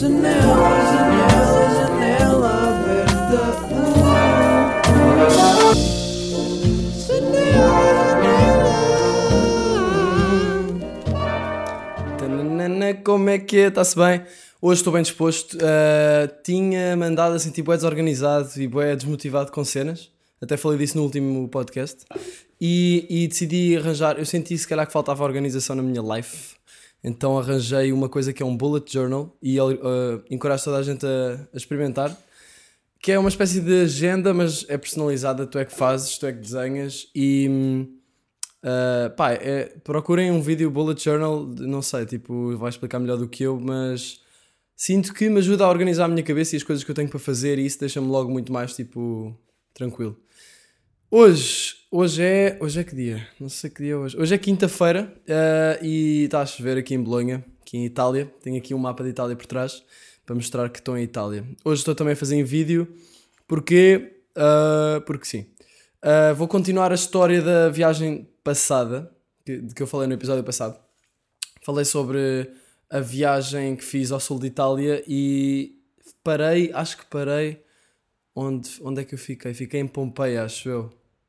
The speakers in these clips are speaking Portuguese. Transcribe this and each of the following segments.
Janela aberta. Tananana, como é que é? Está-se bem? Hoje estou bem disposto. Tinha mandado assim tipo desorganizado e bué desmotivado com cenas. Até falei disso no último podcast. E decidi arranjar. Eu senti se calhar que faltava organização na minha life. Então arranjei uma coisa que é um bullet journal e encorajo toda a gente a experimentar. Que é uma espécie de agenda, mas é personalizada. Tu é que fazes, tu é que desenhas. E procurem um vídeo bullet journal. Não sei, tipo, vai explicar melhor do que eu, mas sinto que me ajuda a organizar a minha cabeça e as coisas que eu tenho para fazer. E isso deixa-me logo muito mais, tipo, tranquilo. Hoje é que dia? Não sei que dia é hoje. Hoje é quinta-feira e está a chover aqui em Bolonha, aqui em Itália. Tenho aqui um mapa de Itália por trás para mostrar que estou em Itália. Hoje estou também a fazer em vídeo porque sim. Vou continuar a história da viagem passada, de que eu falei no episódio passado. Falei sobre a viagem que fiz ao sul de Itália e acho que parei. Onde é que eu fiquei? Fiquei em Pompeia, acho eu.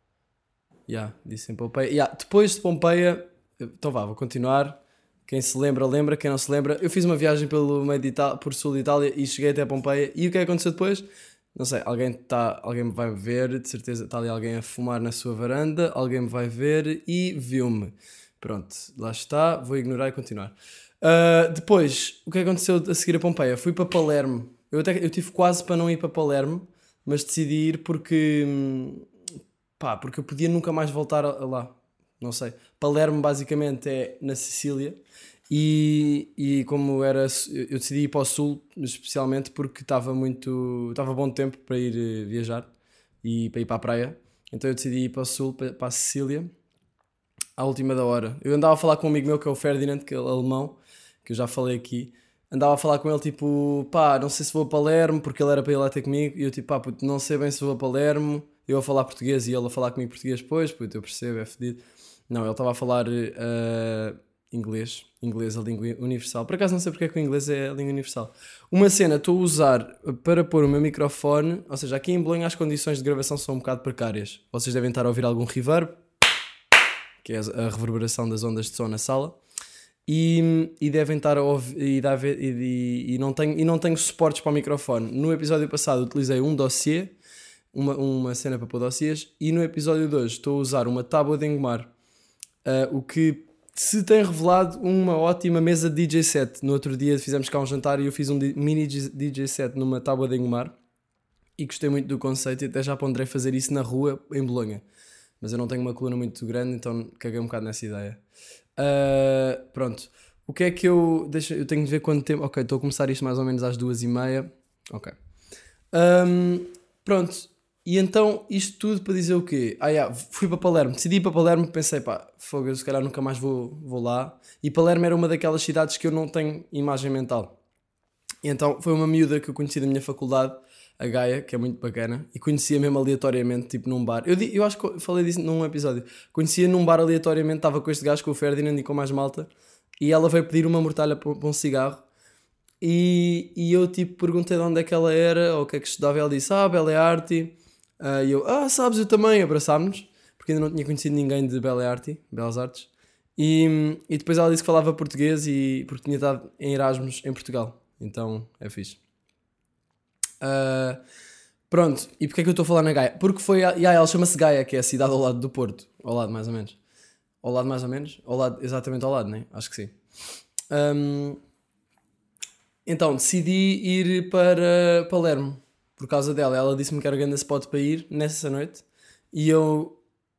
Disse em Pompeia. Depois de Pompeia, então vou continuar. Quem se lembra, lembra. Quem não se lembra, eu fiz uma viagem pelo meio de Itália, por sul de Itália e cheguei até Pompeia. E o que é que aconteceu depois? Não sei, alguém me vai ver, de certeza está ali alguém a fumar na sua varanda, alguém me vai ver e viu-me. Pronto, lá está, vou ignorar e continuar. Depois, o que aconteceu a seguir a Pompeia? Fui para Palermo. Eu tive quase para não ir para Palermo, mas decidi ir porque eu podia nunca mais voltar lá. Não sei. Palermo basicamente é na Sicília e como era, eu decidi ir para o sul, especialmente porque estava bom tempo para ir viajar e para ir para a praia. Então eu decidi ir para o sul, para a Sicília, à última da hora. Eu andava a falar com um amigo meu que é o Ferdinand, que é alemão, que eu já falei aqui. Andava a falar com ele tipo, não sei se vou a Palermo, porque ele era para ir lá ter comigo. E eu tipo, puto, não sei bem se vou a Palermo. Eu a falar português e ele a falar comigo português depois, puto, eu percebo, é fedido. Não, ele estava a falar inglês, a língua universal. Por acaso não sei porque é que o inglês é a língua universal. Uma cena estou a usar para pôr o meu microfone, ou seja, aqui em Bolonha as condições de gravação são um bocado precárias. Vocês devem estar a ouvir algum reverb, que é a reverberação das ondas de som na sala. E devem estar a ouvir e não tenho suportes para o microfone. No episódio passado utilizei um dossiê, uma cena para pôr dossiês, e no episódio de hoje estou a usar uma tábua de engomar, o que se tem revelado uma ótima mesa de DJ set. No outro dia fizemos cá um jantar e eu fiz um mini DJ set numa tábua de engomar e gostei muito do conceito e até já ponderei fazer isso na rua em Bolonha, mas eu não tenho uma coluna muito grande, então caguei um bocado nessa ideia. Pronto, o que é que eu tenho de ver quanto tempo. Ok, estou a começar isto mais ou menos às 2h30. Ok, pronto. E então isto tudo para dizer o quê? Fui para Palermo, decidi ir para Palermo, pensei, fogo, se calhar nunca mais vou lá. E Palermo era uma daquelas cidades que eu não tenho imagem mental. E então foi uma miúda que eu conheci da minha faculdade, a Gaia, que é muito bacana, e conhecia mesmo aleatoriamente, tipo num bar. Eu acho que falei disso num episódio. Conhecia num bar aleatoriamente, estava com este gajo, com o Ferdinand e com mais malta, e ela veio pedir uma mortalha para um cigarro. E eu tipo perguntei de onde é que ela era, ou o que é que estudava, e ela disse, Bela Arte. E eu, sabes, eu também, abraçámos-nos, porque ainda não tinha conhecido ninguém de Belas Artes. E depois ela disse que falava português porque tinha estado em Erasmus em Portugal. Então é fixe. Pronto, e porquê é que eu estou a falar na Gaia? Porque ela chama-se Gaia, que é a cidade ao lado do Porto. Ao lado mais ou menos. Exatamente ao lado, né? Acho que sim. Então decidi ir para Palermo por causa dela. Ela disse-me que era grande spot para ir nessa noite. E eu,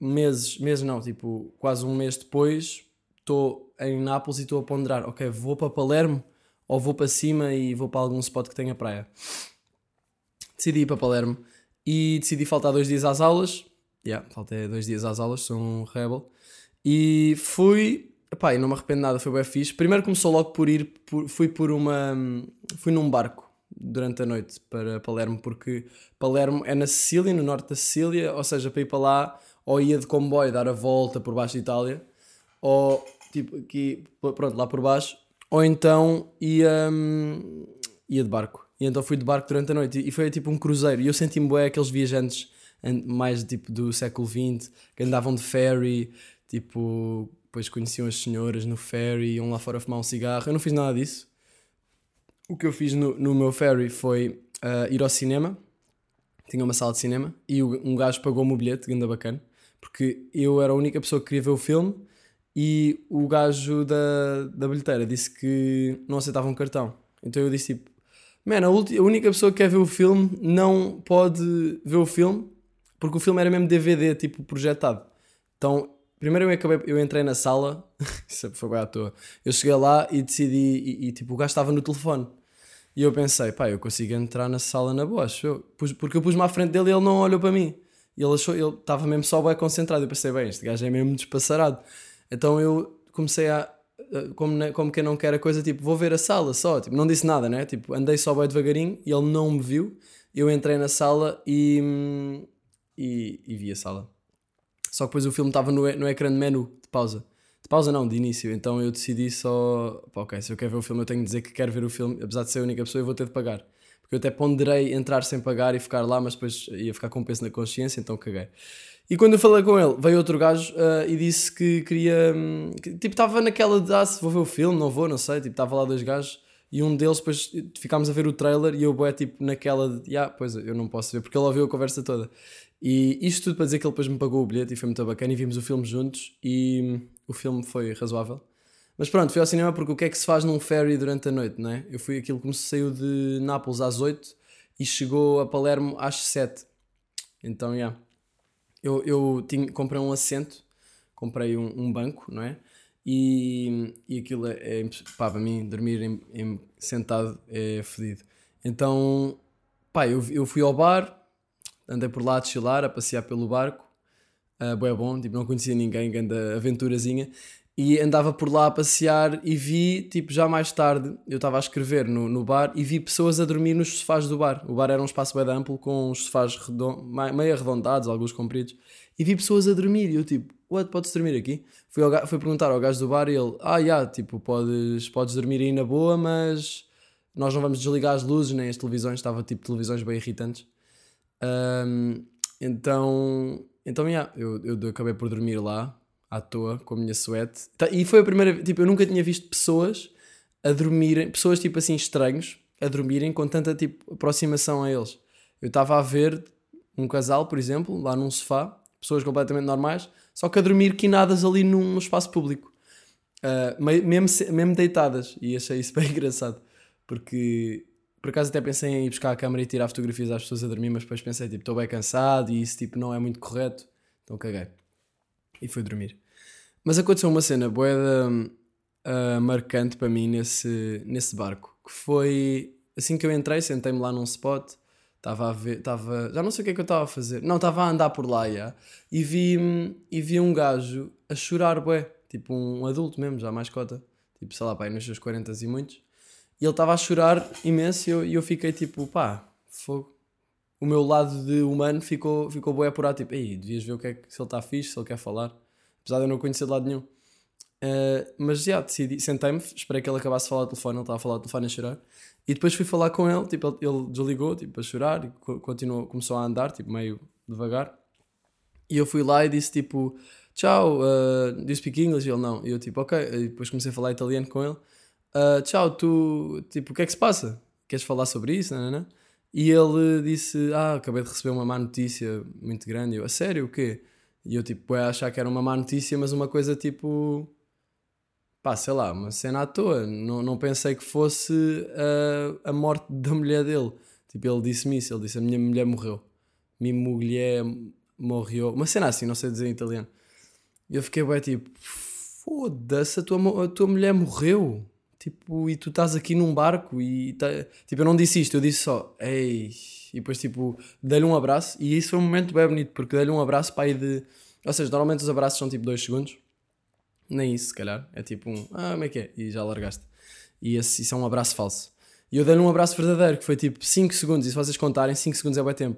quase um mês depois, estou em Nápoles e estou a ponderar, ok, vou para Palermo ou vou para cima e vou para algum spot que tenha praia. Decidi ir para Palermo e decidi faltar 2 dias às aulas. Faltei 2 dias às aulas, sou um rebel. E fui, e não me arrependo nada, foi bem fixe. Primeiro começou logo por ir, fui num barco durante a noite para Palermo, porque Palermo é na Sicília, no norte da Sicília, ou seja, para ir para lá, ou ia de comboio dar a volta por baixo de Itália, ou tipo aqui, pronto, lá por baixo, ou então ia ia de barco. E então fui de barco durante a noite. E foi tipo um cruzeiro. E eu senti-me bué aqueles viajantes mais tipo do século XX, que andavam de ferry, tipo, depois conheciam as senhoras no ferry, iam lá fora fumar um cigarro. Eu não fiz nada disso. O que eu fiz no meu ferry foi ir ao cinema. Tinha uma sala de cinema e um gajo pagou-me o bilhete, ganda bacana, porque eu era a única pessoa que queria ver o filme e o gajo da bilheteira disse que não aceitava um cartão. Então eu disse tipo, man, a única pessoa que quer ver o filme não pode ver o filme porque o filme era mesmo DVD, tipo projetado. Então, primeiro eu entrei na sala, isso foi bem à toa. Eu cheguei lá e decidi, tipo, o gajo estava no telefone. E eu pensei, pá, eu consigo entrar na sala na boa, acho eu. Porque eu pus-me à frente dele e ele não olhou para mim. E ele estava mesmo só bem concentrado. Eu pensei, bem, este gajo é mesmo despassarado. Então eu comecei como quem não quer a coisa, tipo, vou ver a sala só. Tipo, não disse nada, né? Tipo, andei só bem devagarinho e ele não me viu. Eu entrei na sala e vi a sala. Só que depois o filme estava no ecrã de menu, de pausa. De pausa não, de início. Então eu decidi só... Pá, ok, se eu quero ver o filme eu tenho de dizer que quero ver o filme. Apesar de ser a única pessoa eu vou ter de pagar. Porque eu até ponderei entrar sem pagar e ficar lá, mas depois ia ficar com peso na consciência, então caguei. E quando eu falei com ele, veio outro gajo e disse que queria... tipo, estava naquela de, se vou ver o filme, não vou, não sei. Tipo, estava lá dois gajos e um deles, depois ficámos a ver o trailer e eu, tipo, naquela de, pois eu não posso ver, porque ele ouviu a conversa toda. E isto tudo para dizer que ele depois me pagou o bilhete e foi muito bacana e vimos o filme juntos e o filme foi razoável. Mas pronto, fui ao cinema porque o que é que se faz num ferry durante a noite, não é? Eu fui aquilo que me saiu de Nápoles às 8 e chegou a Palermo às 7. Então, já. Yeah. Comprei um assento, comprei um banco, não é? E aquilo pá, para mim, dormir sentado é fedido. Então, pá, eu fui ao bar, andei por lá a chilar, a passear pelo barco. Bué bom, tipo, não conhecia ninguém, grande aventurazinha. E andava por lá a passear e vi, tipo, já mais tarde, eu estava a escrever no bar e vi pessoas a dormir nos sofás do bar. O bar era um espaço bem amplo com uns sofás meio arredondados, alguns compridos. E vi pessoas a dormir e eu tipo, what, podes dormir aqui? Fui perguntar ao gajo do bar e ele, tipo, podes dormir aí na boa, mas nós não vamos desligar as luzes nem as televisões. Estava tipo televisões bem irritantes. Um, então eu acabei por dormir lá, à toa, com a minha suéte. E foi a primeira, tipo, eu nunca tinha visto pessoas a dormirem, pessoas tipo assim estranhos, a dormirem com tanta tipo aproximação a eles. Eu estava a ver um casal, por exemplo, lá num sofá, pessoas completamente normais, só que a dormir quinadas ali num espaço público. Mesmo deitadas, e achei isso bem engraçado, porque por acaso até pensei em ir buscar a câmera e tirar fotografias às pessoas a dormir, mas depois pensei, tipo, estou bem cansado e isso tipo, não é muito correto, então caguei e fui dormir. Mas aconteceu uma cena boeda marcante para mim nesse barco, que foi assim que eu entrei, sentei-me lá num spot, estava a ver, já não sei o que é que eu estava a fazer, não, estava a andar por lá já, e vi um gajo a chorar bué, tipo um adulto mesmo, já mais cota, tipo sei lá, pá, nos seus 40 e muitos, e ele estava a chorar imenso e eu fiquei tipo, pá, fogo. O meu lado de humano ficou bué apurado, tipo, ei, devias ver o que é se ele está fixe, se ele quer falar, apesar de eu não conhecer de lado nenhum. Mas já, decidi, sentei-me, esperei que ele acabasse de falar ao telefone, ele estava a falar ao telefone a chorar, e depois fui falar com ele, tipo, ele desligou, tipo, a chorar, e começou a andar, tipo, meio devagar, e eu fui lá e disse, tipo, tchau, do you speak English? E ele, não, e eu, tipo, ok, e depois comecei a falar italiano com ele, tchau, tu, tipo, o que é que se passa? Queres falar sobre isso? Não, não, não? E ele disse, acabei de receber uma má notícia muito grande, e eu, a sério, o quê? E eu, tipo, ia achar que era uma má notícia, mas uma coisa, tipo... Pá, sei lá, uma cena à toa. Não pensei que fosse a morte da mulher dele. Tipo, ele disse-me isso. Ele disse: a minha mulher morreu. Minha mulher morreu. Uma cena assim, não sei dizer em italiano. E eu fiquei bem tipo: foda-se, a tua mulher morreu. Tipo, e tu estás aqui num barco e. Tipo, eu não disse isto, eu disse só: ei. E depois, tipo, dei-lhe um abraço. E isso foi um momento bem bonito, porque dei-lhe um abraço para aí de. Ou seja, normalmente os abraços são tipo 2 segundos. Nem isso, se calhar. É tipo como é que é? E já largaste. E isso é um abraço falso. E eu dei-lhe um abraço verdadeiro, que foi tipo 5 segundos. E se vocês contarem, 5 segundos é bem tempo.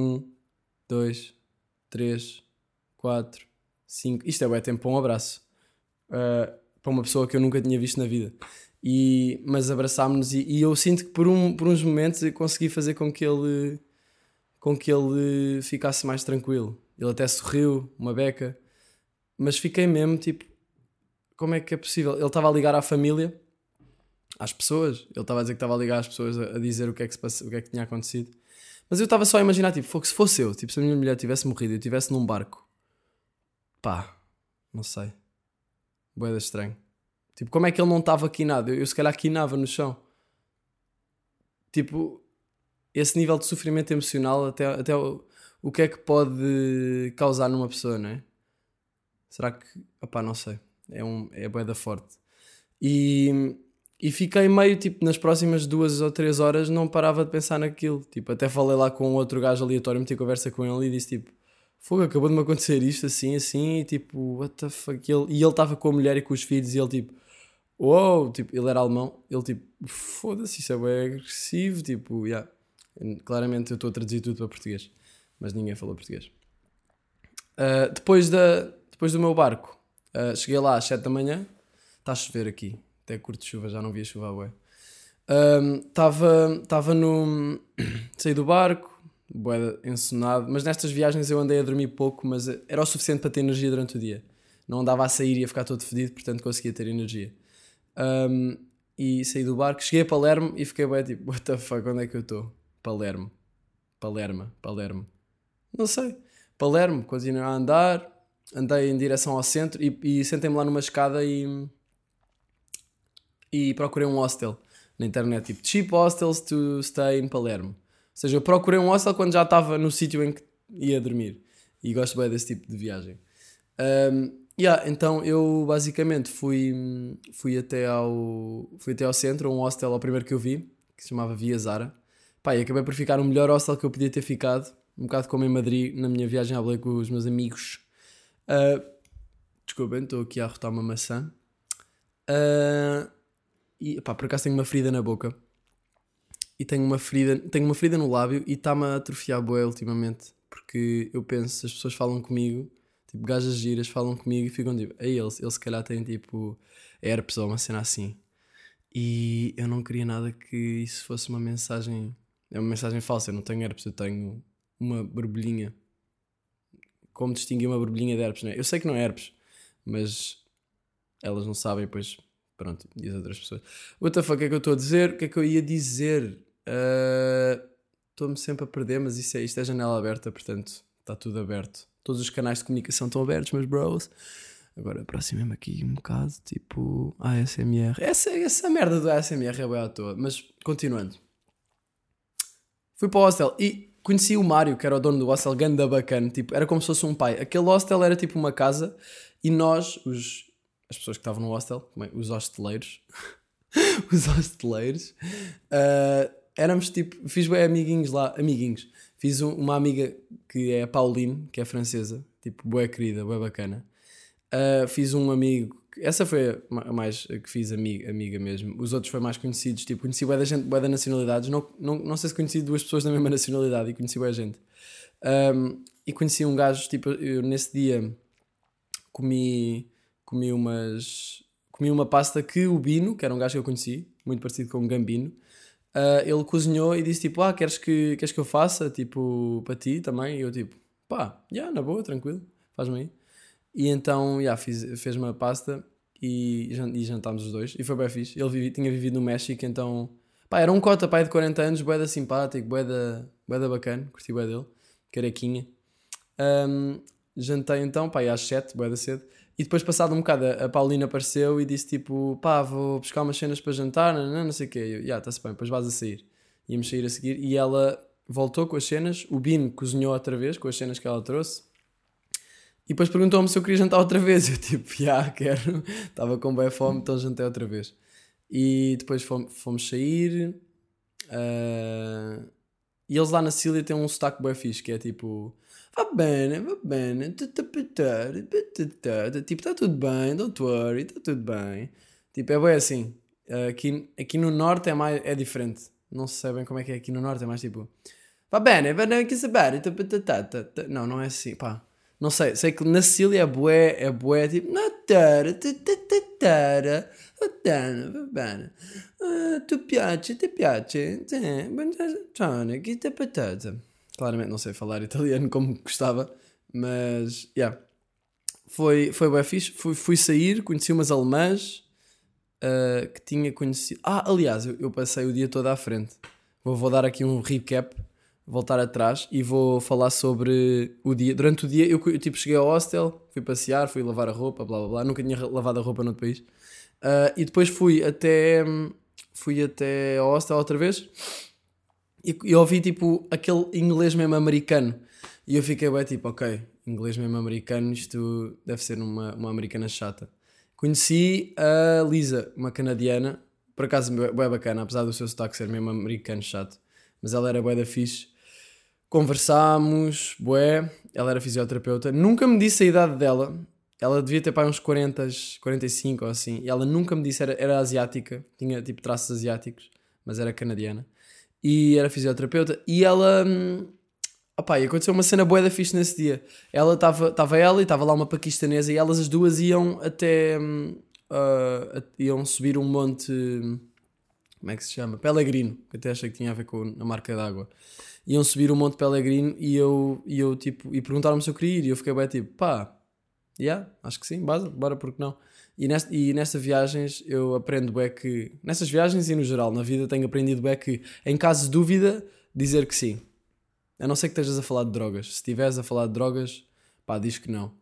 2, 3, 4, 5. Isto é bem tempo para um abraço. Para uma pessoa que eu nunca tinha visto na vida. Mas abraçámos-nos e eu sinto que por uns momentos eu consegui fazer com que ele ficasse mais tranquilo. Ele até sorriu, uma beca, mas fiquei mesmo tipo, como é que é possível? Ele estava a ligar à família, às pessoas, ele estava a dizer que estava a ligar às pessoas a dizer o que é que o que é que tinha acontecido. Mas eu estava só a imaginar, tipo, se fosse eu, tipo, se a minha mulher tivesse morrido e eu estivesse num barco, pá, não sei, bué de estranho. Tipo, como é que ele não estava quinado? Eu se calhar quinava no chão. Tipo, esse nível de sofrimento emocional, até o que é que pode causar numa pessoa, não é? Será que, opá, não sei, é bué da forte. E fiquei meio, tipo, nas próximas 2 ou 3 horas não parava de pensar naquilo. Tipo, até falei lá com outro gajo aleatório, meti conversa com ele e disse, tipo, fogo, acabou de me acontecer isto, assim, assim, e tipo, what the fuck? E ele estava com a mulher e com os filhos e ele, tipo, uou, tipo, ele era alemão, ele, tipo, foda-se, isso é bem agressivo, tipo, yeah. Claramente eu estou a traduzir tudo para português, mas ninguém falou português. Depois do meu barco, cheguei lá às 7 da manhã, está a chover aqui. Até curto chuva, já não via chuva, ué. Estava no... Saí do barco, bué ensonado, mas nestas viagens eu andei a dormir pouco, mas era o suficiente para ter energia durante o dia. Não andava a sair e a ficar todo fedido, portanto conseguia ter energia. E saí do barco, cheguei a Palermo e fiquei bem tipo, what the fuck, onde é que eu estou? Palermo. Não sei. Palermo, continuei a andar, andei em direção ao centro e sentei-me lá numa escada e procurei um hostel na internet, tipo cheap hostels to stay in Palermo. Ou seja, eu procurei um hostel quando já estava no sítio em que ia dormir. E gosto bem desse tipo de viagem. Então eu basicamente fui até ao centro, a um hostel ao primeiro que eu vi, que se chamava Via Zara. Pá, e acabei por ficar no melhor hostel que eu podia ter ficado, um bocado como em Madrid, na minha viagem à Belém com os meus amigos. Desculpem, estou aqui a arrotar uma maçã. E pá, por acaso tenho uma ferida na boca. E tenho uma ferida no lábio e está-me a atrofiar bué ultimamente. Porque eu penso, as pessoas falam comigo, tipo, gajas giras falam comigo e ficam tipo, ei, eles se calhar têm tipo herpes ou uma cena assim. E eu não queria nada que isso fosse uma mensagem. É uma mensagem falsa, eu não tenho herpes, eu tenho uma borbulhinha. Como distinguir uma borbulhinha de herpes, não é? Eu sei que não é herpes, mas elas não sabem, pois pronto, diz a outras pessoas. What the fuck, o que é que eu estou a dizer? O que é que eu ia dizer? Estou-me sempre a perder, mas isto é janela aberta, portanto está tudo aberto. Todos os canais de comunicação estão abertos, meus bros. Agora aproximei-me aqui um bocado, tipo ASMR. Essa merda do ASMR é bem à toa, mas continuando. Fui para o hostel e conheci o Mário, que era o dono do hostel, ganda bacana, tipo, era como se fosse um pai. Aquele hostel era tipo uma casa e nós, as pessoas que estavam no hostel, os hosteleiros, éramos tipo, fiz bem amiguinhos lá, fiz uma amiga que é a Pauline, que é francesa, tipo, bué querida, bué bacana. Fiz um amigo, essa foi a mais a que fiz amiga mesmo. Os outros foram mais conhecidos, tipo, conheci bué da gente, bué da nacionalidades. Não sei se conheci duas pessoas da mesma nacionalidade e conheci bué gente. E conheci um gajo, tipo, eu nesse dia comi uma pasta que o Bino, que era um gajo que eu conheci, muito parecido com o Gambino, ele cozinhou e disse tipo, queres que eu faça, tipo, para ti também? E eu tipo, pá, na boa, tranquilo, faz-me aí. E então, fez uma pasta e jantámos os dois. E foi bem fixe. Ele tinha vivido no México, então... Pá, era um cota, pai de 40 anos, bué da simpático, bué da bacana. Curti bué dele. Carequinha. Jantei então, pá, às 7, bué da cedo. E depois, passado um bocado, a Paulina apareceu e disse tipo, pá, vou buscar umas cenas para jantar, não sei o quê. E eu, está-se bem, depois vais a sair. Íamos sair a seguir. E ela voltou com as cenas. O Bino cozinhou outra vez com as cenas que ela trouxe. E depois perguntou-me se eu queria jantar outra vez. Eu tipo, quero. Estava com bem fome, então jantei outra vez. E depois fomos sair. E eles lá na Sicília têm um sotaque bem fixe, que é tipo... Va bene. Tipo, está tudo bem, don't worry, está tudo bem. Tipo, é bem assim. Aqui no Norte é diferente. Não se sabe bem como é que é aqui no Norte, é mais tipo... Va bene, que saber. Não é assim, pá. Não sei, sei que na Sicília é bué, tipo, tu piace, ti piace, che te patata. Claramente não sei falar italiano como gostava, mas, yeah, foi bem fixe. Fui sair, conheci umas alemãs que tinha conhecido. Aliás, eu passei o dia todo à frente. Vou dar aqui um recap, voltar atrás e vou falar sobre o dia. Durante o dia, eu tipo, cheguei ao hostel, fui passear, fui lavar a roupa, blá blá blá. Nunca tinha lavado a roupa noutro país. E depois fui até ao hostel outra vez e ouvi tipo aquele inglês mesmo americano. E eu fiquei bem tipo, ok, inglês mesmo americano, isto deve ser uma americana chata. Conheci a Lisa, uma canadiana, por acaso bué bacana, apesar do seu sotaque ser mesmo americano chato, mas ela era bué da fixe. Conversámos, bué, ela era fisioterapeuta, nunca me disse a idade dela, ela devia ter para uns 40, 45 ou assim, e ela nunca me disse, era asiática, tinha tipo traços asiáticos, mas era canadiana, e era fisioterapeuta, e ela... Opá, e aconteceu uma cena bué da fixe nesse dia. Estava ela e estava lá uma paquistanesa e elas as duas iam até... iam subir um monte... Como é que se chama? Pellegrino, que até achei que tinha a ver com a marca d'água. Iam subir um monte Pellegrino e eu tipo... E perguntaram-me se eu queria ir e eu fiquei bem tipo... Pá, acho que sim, bora porque não. E nestas viagens eu aprendo bué que... Nessas viagens e no geral, na vida tenho aprendido bué que em caso de dúvida, dizer que sim. A não ser que estejas a falar de drogas. Se estiveres a falar de drogas, pá, diz que não.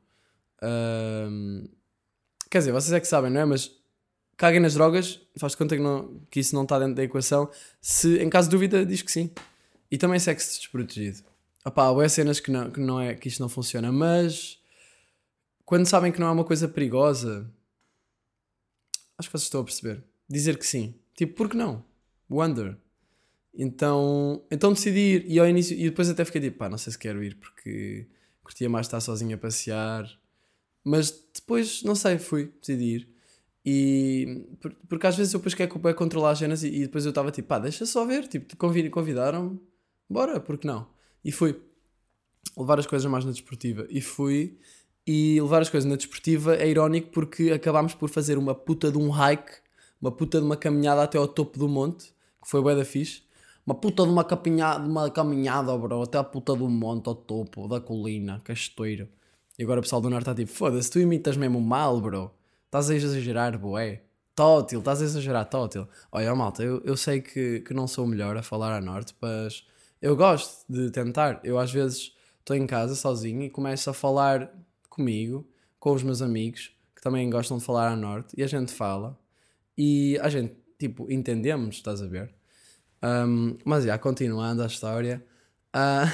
Quer dizer, vocês é que sabem, não é? Mas caguem nas drogas, faz de conta que isso não está dentro da equação. Se em caso de dúvida, diz que sim. E também segue-se desprotegido. Opá, há cenas que não é, que isto não funciona, mas quando sabem que não é uma coisa perigosa, acho que vocês estão a perceber. Dizer que sim. Tipo, por que não? Wonder. Então decidi ir e ao início, e depois até fiquei tipo, pá, não sei se quero ir porque curtia mais estar sozinho a passear, mas depois, não sei, decidi ir. Porque às vezes eu depois quero controlar as cenas e depois eu estava tipo, pá, deixa só ver, tipo, convidaram-me, bora, porque não? E fui levar as coisas mais na desportiva e levar as coisas na desportiva é irónico porque acabámos por fazer uma puta de um hike, uma puta de uma caminhada até ao topo do monte, que foi bué da fixe. Uma puta de uma caminhada, bro, até a puta do monte, ao topo da colina, castoeiro. E agora o pessoal do norte está tipo, foda-se, tu imitas mesmo mal, bro. Estás a exagerar, boé. Tótil, estás a exagerar, tótil. Olha, malta, eu sei que não sou o melhor a falar a norte, mas eu gosto de tentar. Eu às vezes estou em casa sozinho e começo a falar comigo, com os meus amigos, que também gostam de falar a norte, e a gente fala. E a gente, tipo, entendemos, estás a ver? Mas já, continuando a história. Uh,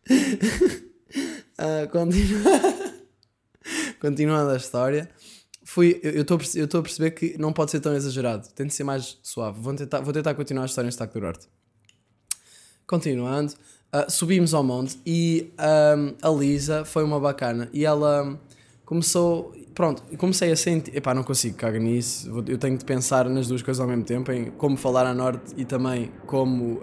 continuando a história. Eu estou a perceber que não pode ser tão exagerado. Tem de ser mais suave. Vou tentar continuar a história em Estaque do Norte. Continuando. Subimos ao monte e a Lisa foi uma bacana. E ela começou... Pronto, comecei a sentir... Epá, não consigo cagar nisso. Eu tenho de pensar nas duas coisas ao mesmo tempo. Em como falar a norte e também como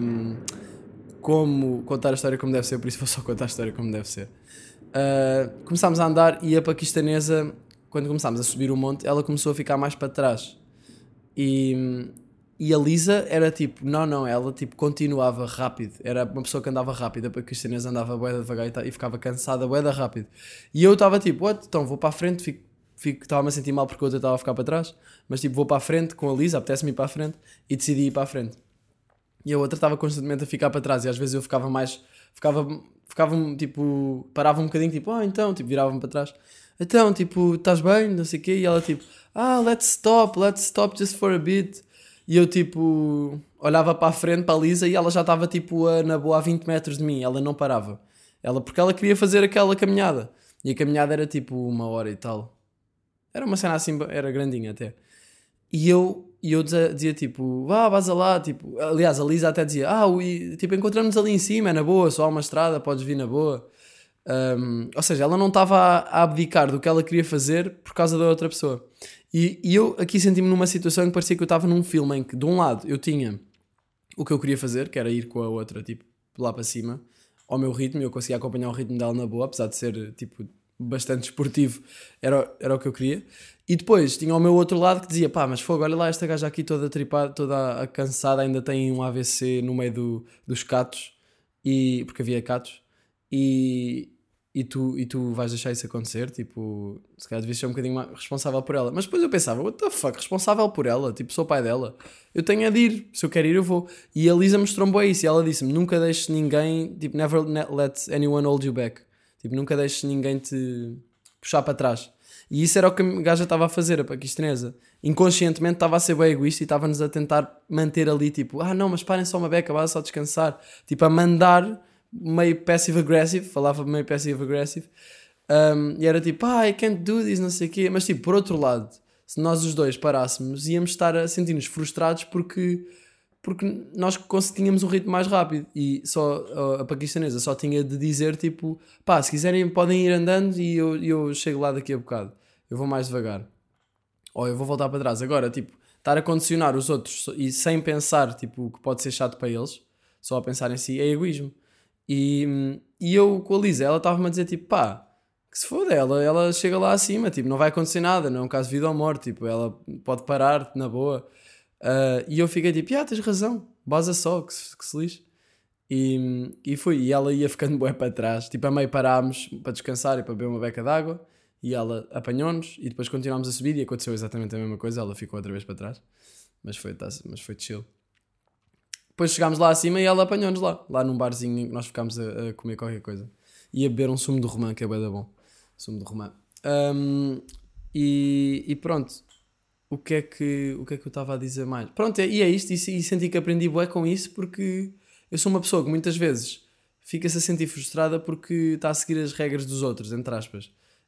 contar a história como deve ser. Por isso vou só contar a história como deve ser. Começámos a andar e a paquistanesa, quando começámos a subir o monte, ela começou a ficar mais para trás. E a Lisa era tipo... Não, ela tipo continuava rápido. Era uma pessoa que andava rápido. A paquistanesa andava bué devagar e ficava cansada bué da rápido. E eu estava tipo, what? Então vou para a frente, estava-me a sentir mal porque a outra estava a ficar para trás, mas tipo vou para a frente com a Lisa, apetece-me ir para a frente e decidi ir para a frente. E a outra estava constantemente a ficar para trás e às vezes eu ficava tipo, parava um bocadinho tipo, então, tipo, virava-me para trás. Então, tipo, estás bem, não sei o quê, e ela tipo, let's stop just for a bit. E eu tipo, olhava para a frente, para a Lisa, e ela já estava tipo na boa a 20 metros de mim, ela não parava. Porque ela queria fazer aquela caminhada. E a caminhada era tipo 1 hora e tal. Era uma cena assim, era grandinha até. E eu dizia tipo, vas lá, tipo, aliás, a Lisa até dizia, tipo, encontramos ali em cima, é na boa, só há uma estrada, podes vir na boa. Ou seja, ela não estava a abdicar do que ela queria fazer por causa da outra pessoa. E eu aqui senti-me numa situação que parecia que eu estava num filme em que, de um lado, eu tinha o que eu queria fazer, que era ir com a outra, tipo, lá para cima, ao meu ritmo, e eu conseguia acompanhar o ritmo dela na boa, apesar de ser, tipo, bastante esportivo, era o que eu queria. E depois tinha o meu outro lado que dizia, pá, mas fogo, olha lá esta gaja aqui toda tripada, toda cansada, ainda tem um AVC no meio dos catos, porque havia catos, e, e tu vais deixar isso acontecer, tipo, se calhar devias ser um bocadinho mais responsável por ela. Mas depois eu pensava, what the fuck, responsável por ela? Tipo, sou o pai dela, eu tenho a de ir, se eu quero ir eu vou. E a Lisa mostrou-me bem isso, e ela disse-me, nunca deixes ninguém, tipo, never let anyone hold you back. Tipo, nunca deixes ninguém te puxar para trás. E isso era o que a gaja estava a fazer, a paquistanesa. Inconscientemente estava a ser bem egoísta e estava-nos a tentar manter ali, tipo, não, mas parem só uma beca, vá só descansar. Tipo, a mandar meio passive-aggressive, falava meio passive-aggressive. E era tipo, I can't do this, não sei o quê. Mas tipo, por outro lado, se nós os dois parássemos, íamos estar a sentir-nos frustrados porque nós tínhamos um ritmo mais rápido e só a paquistanesa só tinha de dizer tipo, pá, se quiserem podem ir andando e eu chego lá daqui a bocado, eu vou mais devagar ou eu vou voltar para trás. Agora, tipo, estar a condicionar os outros e sem pensar, tipo, que pode ser chato para eles, só a pensar em si, é egoísmo. E eu com a Lisa, ela estava-me a dizer tipo, pá, que se foda, ela chega lá acima, tipo, não vai acontecer nada, não é um caso de vida ou morte, tipo, ela pode parar na boa. E eu fiquei tipo, tens razão, baza só, que se lixe. E fui, e ela ia ficando bué para trás, tipo, a meio parámos para descansar e para beber uma beca de água, e ela apanhou-nos, e depois continuámos a subir, e aconteceu exatamente a mesma coisa, ela ficou outra vez para trás, mas foi chill. Depois chegámos lá acima e ela apanhou-nos lá num barzinho em que nós ficámos a comer qualquer coisa, e a beber um sumo de romã, que é bué da bom, sumo de romã. E pronto. O que é que eu estava a dizer mais? Pronto, e é isto, e senti que aprendi bué com isso porque eu sou uma pessoa que muitas vezes fica-se a sentir frustrada porque está a seguir as regras dos outros, entre aspas.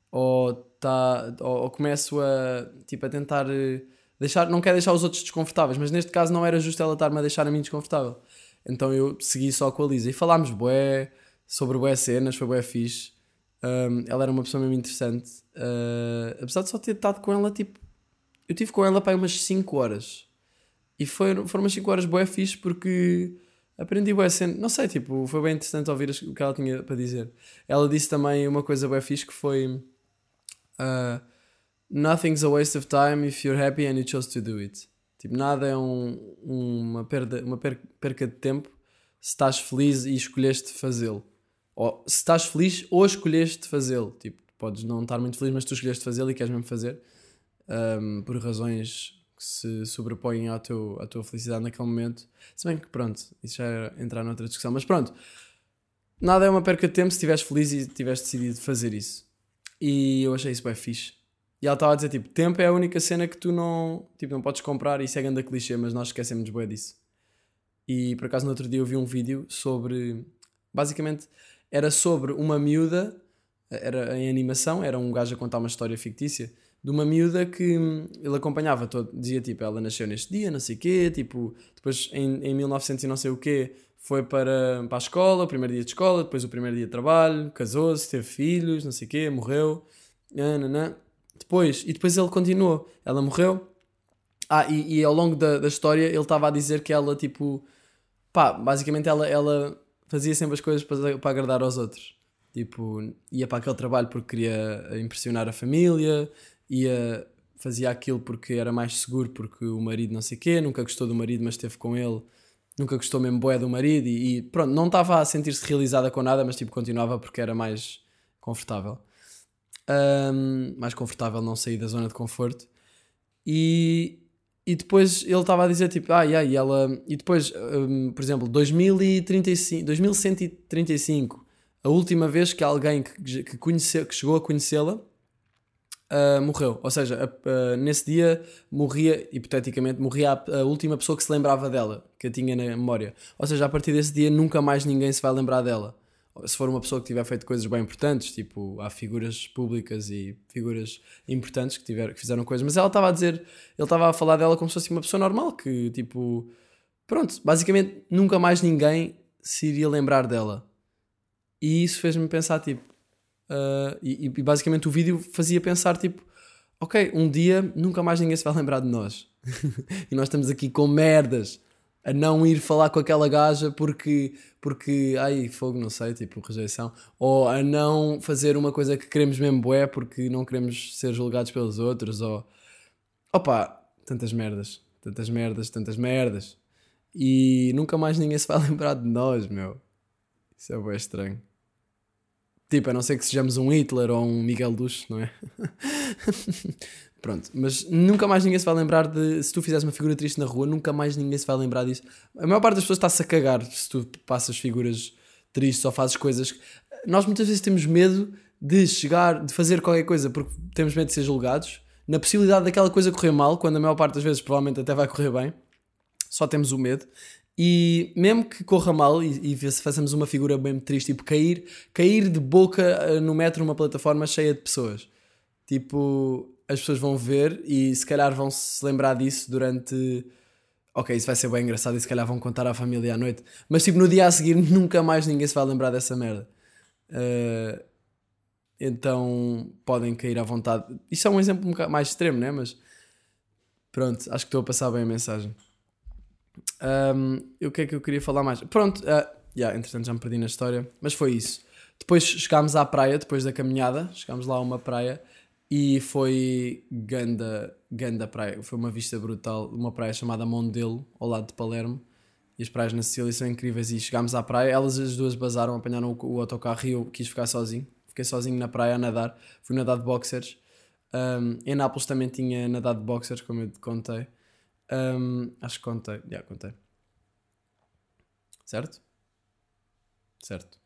Ou começo a tentar não quero deixar os outros desconfortáveis, mas neste caso não era justo ela estar-me a deixar a mim desconfortável. Então eu segui só com a Lisa e falámos bué sobre bué cenas, foi bué fixe. Ela era uma pessoa mesmo interessante. Apesar de só ter estado com ela tipo. Eu estive com ela para aí umas 5 horas. E foram umas 5 horas bué fixe porque aprendi bué cena. Não sei, tipo, foi bem interessante ouvir o que ela tinha para dizer. Ela disse também uma coisa bué fixe que foi uh, Nothing's a waste of time if you're happy and you chose to do it. Tipo, nada é uma perca de tempo se estás feliz e escolheste fazê-lo. Ou se estás feliz ou escolheste fazê-lo. Tipo, podes não estar muito feliz, mas tu escolheste fazê-lo e queres mesmo fazer. Por razões que se sobrepõem à tua felicidade naquele momento. Se bem que pronto, isso já é entrar noutra discussão, mas pronto, nada é uma perca de tempo se estiveres feliz e tiveres decidido fazer isso. E eu achei isso bem fixe. E ela estava a dizer tipo, tempo é a única cena que tu não podes comprar, e isso é grande clichê, mas nós esquecemos bem disso. E por acaso no outro dia eu vi um vídeo sobre, basicamente era sobre uma miúda, era em animação, era um gajo a contar uma história fictícia de uma miúda que ele acompanhava todo, dizia tipo, ela nasceu neste dia, não sei o quê, tipo, depois em 1900 e não sei o quê, foi para a escola, o primeiro dia de escola, depois o primeiro dia de trabalho, casou-se, teve filhos, não sei o quê, morreu, nananã. Depois ele continuou, ela morreu, e ao longo da história ele estava a dizer que ela, tipo, pá, basicamente ela fazia sempre as coisas para agradar aos outros. Tipo, ia para aquele trabalho porque queria impressionar a família, fazia aquilo porque era mais seguro, porque o marido não sei o quê, nunca gostou do marido, mas esteve com ele, nunca gostou mesmo bué do marido, e pronto, não estava a sentir-se realizada com nada, mas tipo, continuava porque era mais confortável. Mais confortável não sair da zona de conforto. E depois ele estava a dizer tipo, e ela, e depois, por exemplo, 2135, a última vez que alguém que chegou a conhecê-la morreu. Ou seja, nesse dia morria, hipoteticamente, morria a última pessoa que se lembrava dela, que a tinha na memória. Ou seja, a partir desse dia nunca mais ninguém se vai lembrar dela. Se for uma pessoa que tiver feito coisas bem importantes, tipo, há figuras públicas e figuras importantes que fizeram coisas, mas ela estava a dizer, ele estava a falar dela como se fosse uma pessoa normal, que tipo, pronto, basicamente nunca mais ninguém se iria lembrar dela. E isso fez-me pensar, tipo, e basicamente o vídeo fazia pensar, tipo, ok, um dia nunca mais ninguém se vai lembrar de nós. E nós estamos aqui com merdas. a não ir falar com aquela gaja porque ai, fogo, não sei, tipo, rejeição, ou a não fazer uma coisa que queremos mesmo bué porque não queremos ser julgados pelos outros, ou opa, tantas merdas, tantas merdas, tantas merdas. E nunca mais ninguém se vai lembrar de nós, meu. Isso é bué estranho. Tipo, a não ser que sejamos um Hitler ou um Miguel Duche, não é? Pronto, mas nunca mais ninguém se vai lembrar de. Se tu fizeres uma figura triste na rua, nunca mais ninguém se vai lembrar disso. A maior parte das pessoas está-se a cagar se tu passas figuras tristes ou fazes coisas. Nós muitas vezes temos medo de chegar, de fazer qualquer coisa porque temos medo de ser julgados. Na possibilidade daquela coisa correr mal, quando a maior parte das vezes provavelmente até vai correr bem, só temos o medo. E mesmo que corra mal e se façamos uma figura bem triste, tipo cair de boca no metro numa plataforma cheia de pessoas, tipo, as pessoas vão ver e se calhar vão se lembrar disso durante. Ok, isso vai ser bem engraçado e se calhar vão contar à família à noite, mas tipo no dia a seguir nunca mais ninguém se vai lembrar dessa merda. Uh, então podem cair à vontade. Isto é um exemplo um bocado mais extremo, né? Mas pronto, acho que estou a passar bem a mensagem. E o que é que eu queria falar mais? Pronto, entretanto já me perdi na história, mas foi isso. Depois chegámos à praia, depois da caminhada, chegámos lá a uma praia e foi ganda praia. Foi uma vista brutal, uma praia chamada Mondelo, ao lado de Palermo. E as praias na Sicília são incríveis. E chegámos à praia, elas as duas basaram, apanharam o autocarro e eu quis ficar sozinho. Fiquei sozinho na praia a nadar. Fui nadar de boxers. Em Nápoles também tinha nadado de boxers, como eu te contei. Acho que contei. Contei. Certo? Certo.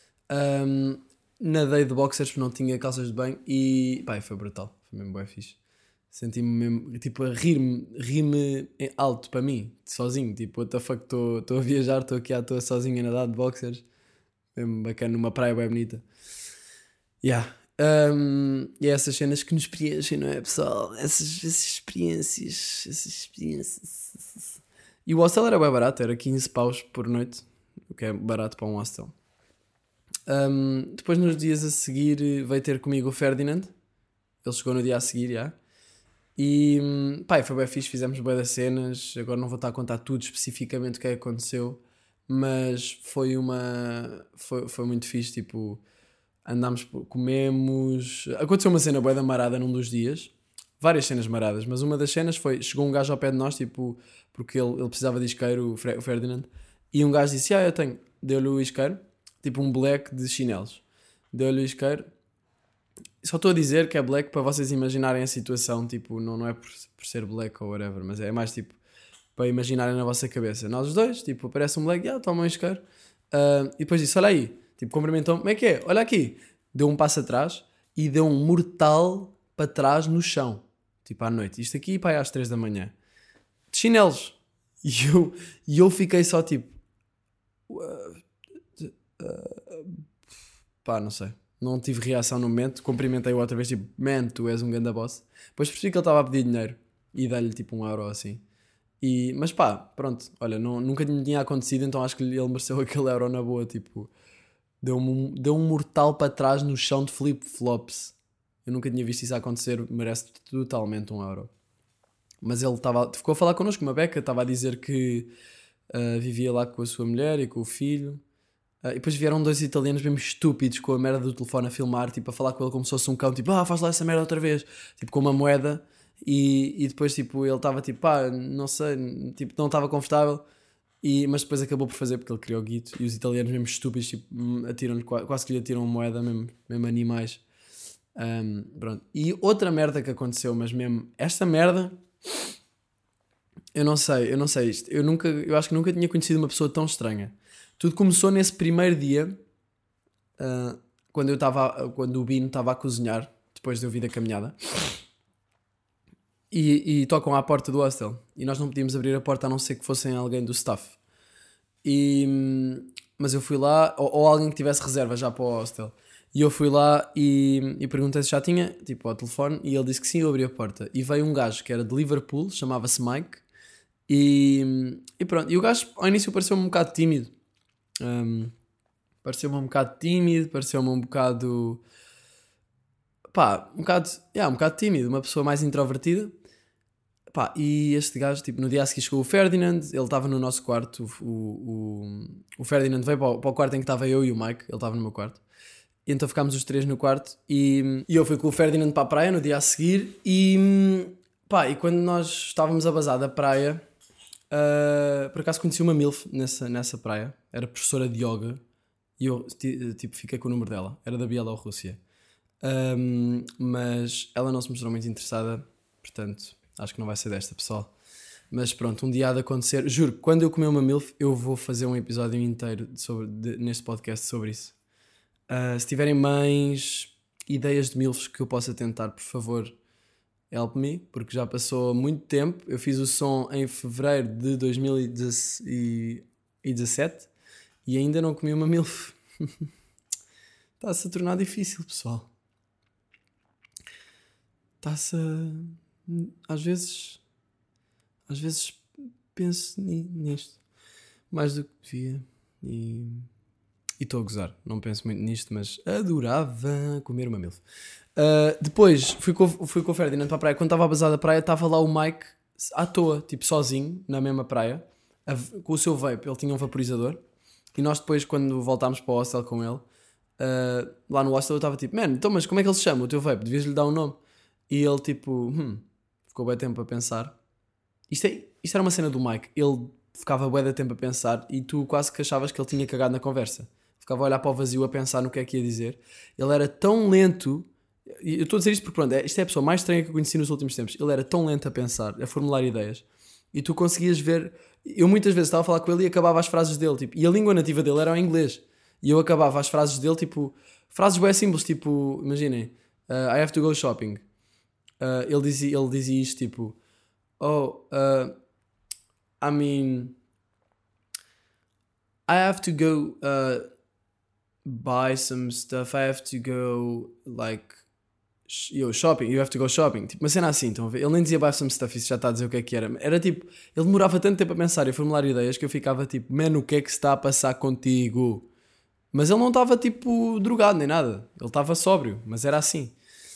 Nadei de boxers porque não tinha calças de banho e pá, foi brutal. Foi mesmo bem fixe. Senti-me mesmo, tipo, a ri-me alto para mim, sozinho. Tipo, what the fuck, estou a viajar, estou aqui à toa sozinho a nadar de boxers. Mesmo bacana, numa praia bem bonita. Yeah. E é essas cenas que nos preenchem, não é, pessoal? Essas experiências. Essas experiências. E o hostel era bem barato, era 15 paus por noite, o que é barato para um hostel. Depois, nos dias a seguir, veio ter comigo o Ferdinand. Ele chegou no dia a seguir, já. E pá, foi bem fixe, fizemos bem das cenas. Agora não vou estar a contar tudo especificamente o que é que aconteceu, mas foi muito fixe. Tipo, andámos, comemos. Aconteceu uma cena bué da marada num dos dias, várias cenas maradas, mas uma das cenas foi: chegou um gajo ao pé de nós, tipo, porque ele precisava de isqueiro, o Ferdinand, e um gajo disse: eu tenho. Deu-lhe o isqueiro, tipo um black de chinelos. Deu-lhe o isqueiro. Só estou a dizer que é black para vocês imaginarem a situação, tipo, não é por ser black ou whatever, mas é mais tipo para imaginarem na vossa cabeça. Nós os dois, tipo, aparece um black, toma um isqueiro, e depois disse: olha aí, tipo, cumprimentou-me, como é que é? Olha aqui. Deu um passo atrás e deu um mortal para trás no chão, tipo à noite. Isto aqui, pá, é às 3 da manhã, de chinelos. E eu fiquei só tipo, pá, não sei. Não tive reação no momento. Cumprimentei-o outra vez, tipo, man, tu és um ganda boss. Depois percebi que ele estava a pedir dinheiro e dei-lhe tipo €1 assim. Mas pá, pronto, olha, nunca me tinha acontecido, então acho que ele mereceu aquele euro na boa. Tipo, deu um mortal para trás no chão de flip-flops. Eu nunca tinha visto isso acontecer, merece totalmente €1. Mas ele ficou a falar connosco, uma beca, estava a dizer que vivia lá com a sua mulher e com o filho. E depois vieram dois italianos mesmo estúpidos com a merda do telefone a filmar, tipo, a falar com ele como se fosse um cão, tipo, faz lá essa merda outra vez, tipo, com uma moeda. E depois, tipo, ele estava tipo, não sei, tipo, não estava confortável. Mas depois acabou por fazer porque ele queria o guito. E os italianos mesmo estúpidos, tipo, quase que lhe atiram moeda, mesmo animais. Pronto. E outra merda que aconteceu, mas mesmo, esta merda, eu não sei isto. Eu acho que nunca tinha conhecido uma pessoa tão estranha. Tudo começou nesse primeiro dia, quando o Bino estava a cozinhar, depois de eu vir da caminhada, e tocam à porta do hostel. E nós não podíamos abrir a porta a não ser que fossem alguém do staff. Mas eu fui lá, ou alguém que tivesse reserva já para o hostel. E eu fui lá e perguntei se já tinha, tipo, ao telefone, e ele disse que sim, eu abri a porta. E veio um gajo que era de Liverpool, chamava-se Mike, e pronto. E o gajo, ao início, pareceu-me um bocado tímido. Pareceu-me um bocado tímido, pareceu-me um bocado... Pá, um bocado tímido, uma pessoa mais introvertida. Pá, e este gajo, tipo, no dia a seguir chegou o Ferdinand, ele estava no nosso quarto, o Ferdinand veio para o quarto em que estava eu e o Mike, ele estava no meu quarto. E então ficámos os três no quarto e eu fui com o Ferdinand para a praia no dia a seguir pá, e quando nós estávamos a bazar da praia, por acaso conheci uma MILF nessa praia, era professora de yoga e eu tipo, fiquei com o número dela, era da Bielorrússia. Mas ela não se mostrou muito interessada, portanto acho que não vai ser desta, pessoal. Mas pronto, um dia há de acontecer. Juro, quando eu comer uma MILF eu vou fazer um episódio inteiro neste podcast sobre isso. Se tiverem mais ideias de MILFs que eu possa tentar, por favor, help me, porque já passou muito tempo. Eu fiz o som em fevereiro de 2017 e ainda não comi uma MILF. Está-se a tornar difícil, pessoal. Está-se a... Às vezes penso nisto mais do que devia e estou a gozar, não penso muito nisto, mas adorava comer uma MILF. Depois fui com o Ferdinand para a praia. Quando estava a bazar da praia, estava lá o Mike à toa, tipo sozinho, na mesma praia, com o seu vape. Ele tinha um vaporizador. E nós depois, quando voltámos para o hostel com ele, lá no hostel eu estava tipo, man, então mas como é que ele se chama, o teu vape? Devias-lhe dar um nome. E ele tipo, ficou bem tempo a pensar. Isto era uma cena do Mike. Ele ficava bué de tempo a pensar e tu quase que achavas que ele tinha cagado na conversa. Ficava a olhar para o vazio a pensar no que é que ia dizer. Ele era tão lento. Eu estou a dizer isto porque pronto, isto é a pessoa mais estranha que eu conheci nos últimos tempos. Ele era tão lento a pensar, a formular ideias. E tu conseguias ver... Eu muitas vezes estava a falar com ele e acabava as frases dele. Tipo, e a língua nativa dele era o inglês. E eu acabava as frases dele, tipo... Frases bem simples, tipo... Imaginem. I have to go shopping. Ele dizia isto, tipo... I mean... I have to go... buy some stuff. I have to go... Like... shopping, you have to go shopping. Tipo, uma cena assim, estão a ver? Ele nem dizia buy some stuff, isso já está a dizer o que era. Era tipo, ele demorava tanto tempo a pensar e a formular ideias que eu ficava tipo, mano, o que é que se está a passar contigo? Mas ele não estava tipo drogado nem nada, ele estava sóbrio, mas era assim.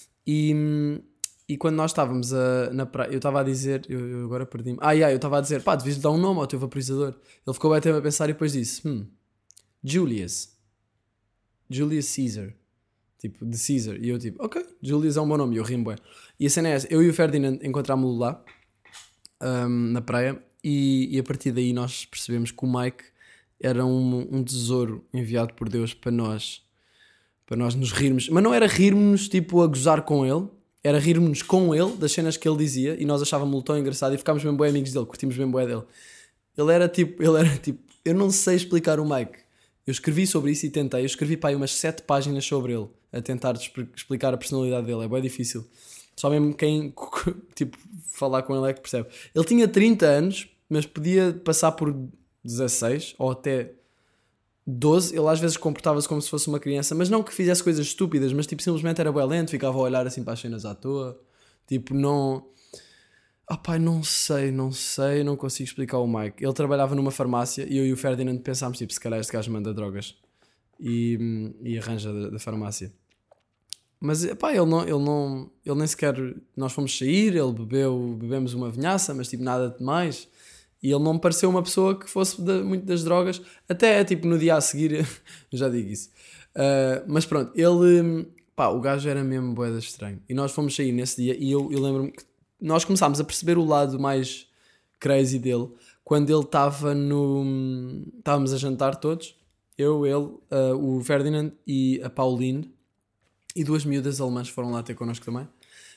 E quando nós estávamos na praia, eu estava a dizer, eu agora perdi-me. Eu estava a dizer, pá, devias-lhe dar um nome ao teu vaporizador. Ele ficou bem tempo a pensar e depois disse, Julius Caesar. Tipo, de Caesar. E eu tipo, ok, Julius é um bom nome. E eu rimo bem. E a cena é essa. Eu e o Ferdinand encontrámos-lo lá, na praia. E a partir daí nós percebemos que o Mike era um tesouro enviado por Deus para nós nos rirmos. Mas não era rirmos tipo a gozar com ele. Era rirmos com ele, das cenas que ele dizia. E nós achávamos-lo tão engraçado. E ficámos bem bué amigos dele. Curtimos bem bué dele. Ele era tipo... Eu não sei explicar o Mike. Eu escrevi sobre isso e tentei. Eu escrevi para aí umas 7 páginas sobre ele, a tentar explicar a personalidade dele. É bem difícil. Só mesmo quem tipo, falar com ele é que percebe. Ele tinha 30 anos, mas podia passar por 16 ou até 12. Ele às vezes comportava-se como se fosse uma criança, mas não que fizesse coisas estúpidas, mas tipo, simplesmente era bem lento, ficava a olhar assim para as cenas à toa. Tipo, não... pai, não sei, não consigo explicar o Mike. Ele trabalhava numa farmácia e eu e o Ferdinand pensámos, tipo, se calhar este gajo manda drogas e arranja da farmácia. Mas, pá, ele nem sequer... Nós fomos sair, ele bebemos uma vinhaça, mas tipo, nada de mais. E ele não me pareceu uma pessoa que fosse muito das drogas. Até, tipo, no dia a seguir, já digo isso. Mas pronto, ele... Pá, o gajo era mesmo bué de estranho. E nós fomos sair nesse dia e eu lembro-me que nós começámos a perceber o lado mais crazy dele quando ele estava estávamos a jantar todos, eu, ele, o Ferdinand e a Pauline, e 2 miúdas alemãs foram lá ter connosco também.